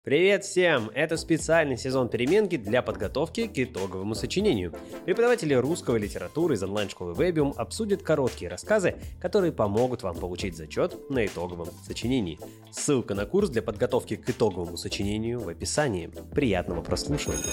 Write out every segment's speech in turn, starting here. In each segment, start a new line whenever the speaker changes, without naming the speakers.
Привет всем! Это специальный сезон переменки для подготовки к итоговому сочинению. Преподаватели русской литературы из онлайн-школы Webium обсудят короткие рассказы, которые помогут вам получить зачет на итоговом сочинении. Ссылка на курс для подготовки к итоговому сочинению в описании. Приятного прослушивания!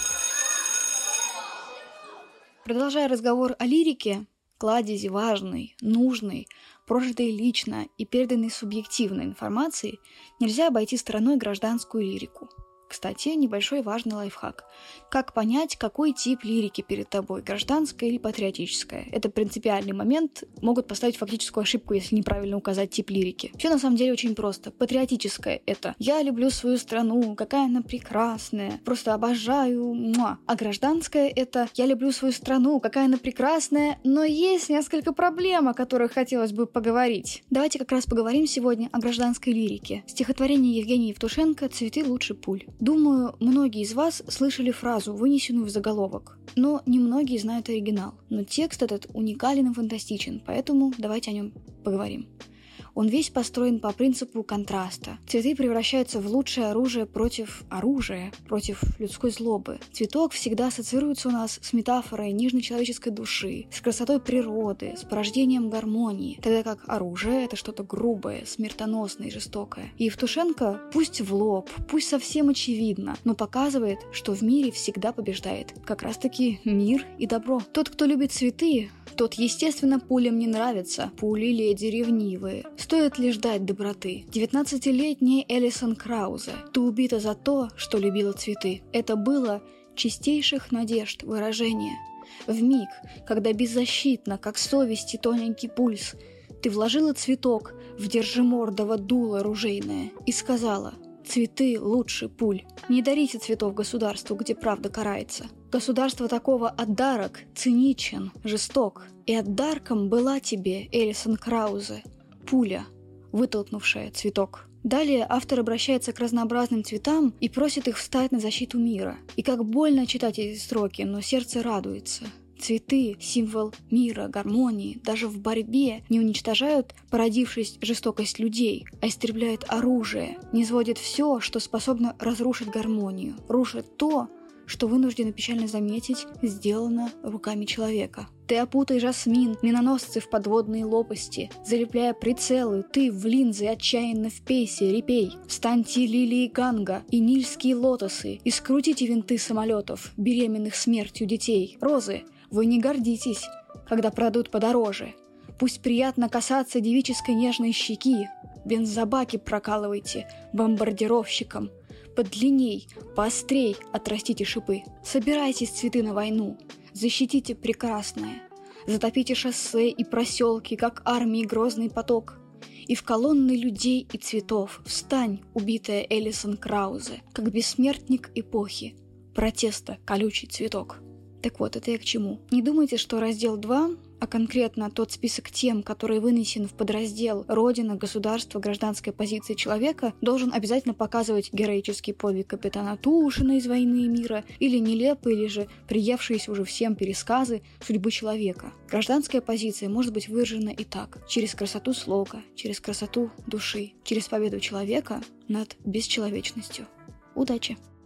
Продолжая разговор о лирике, кладези важной, нужной, прожитой лично и переданной субъективной информации, нельзя обойти стороной гражданскую лирику. Кстати, небольшой важный лайфхак. Как понять, какой тип лирики перед тобой, гражданская или патриотическая? Это принципиальный момент, могут поставить фактическую ошибку, если неправильно указать тип лирики. Все на самом деле очень просто. Патриотическая — это «я люблю свою страну, какая она прекрасная, просто обожаю, муа». А гражданская — это «я люблю свою страну, какая она прекрасная, но есть несколько проблем, о которых хотелось бы поговорить». Давайте как раз поговорим сегодня о гражданской лирике. Стихотворение Евгения Евтушенко «Цветы лучше пуль». Думаю, многие из вас слышали фразу, вынесенную в заголовок, но немногие знают оригинал. Но текст этот уникален и фантастичен, поэтому давайте о нем поговорим. Он весь построен по принципу контраста. Цветы превращаются в лучшее оружие против оружия, против людской злобы. Цветок всегда ассоциируется у нас с метафорой нежной человеческой души, с красотой природы, с порождением гармонии, тогда как оружие — это что-то грубое, смертоносное и жестокое. И Евтушенко, пусть в лоб, пусть совсем очевидно, но показывает, что в мире всегда побеждает как раз-таки мир и добро. Тот, кто любит цветы, тот, естественно, пулям не нравится. Пули леди ревнивые. Стоит ли ждать доброты? 19-летняя Элисон Краузе. Ты убита за то, что любила цветы. Это было чистейших надежд выражение. Вмиг, когда беззащитно, как совести тоненький пульс, ты вложила цветок в держимордово дуло ружейное и сказала: «Цветы лучше пуль». Не дарите цветов государству, где правда карается. Государство такого отдарок циничен, жесток. И отдарком была тебе, Элисон Краузе, пуля, вытолкнувшая цветок. Далее автор обращается к разнообразным цветам и просит их встать на защиту мира. И как больно читать эти строки, но сердце радуется. Цветы, символ мира, гармонии, даже в борьбе не уничтожают породившись жестокость людей, а истребляют оружие, низводят все, что способно разрушить гармонию, рушат то, что вынуждены печально заметить, сделано руками человека. Ты опутай жасмин, миноносцы в подводные лопасти, залепляя прицелы, ты в линзы отчаянно впейся, репей. Встаньте лилии Ганга и нильские лотосы, и скрутите винты самолетов, беременных смертью детей. Розы, вы не гордитесь, когда продут подороже. Пусть приятно касаться девической нежной щеки. Бензобаки прокалывайте бомбардировщикам. Подлинней, поострей отрастите шипы. Собирайтесь цветы на войну. Защитите прекрасное. Затопите шоссе и проселки, как армии грозный поток. И в колонны людей и цветов встань, убитая Элисон Краузе, как бессмертник эпохи. Протеста колючий цветок. Так вот, это я к чему? Не думайте, что раздел 2, а конкретно тот список тем, который вынесен в подраздел «Родина, государство, гражданская позиция человека», должен обязательно показывать героический подвиг капитана Тушина из «Войны и мира» или нелепые, или же приевшиеся уже всем пересказы судьбы человека. Гражданская позиция может быть выражена и так: через красоту слога, через красоту души, через победу человека над бесчеловечностью. Удачи!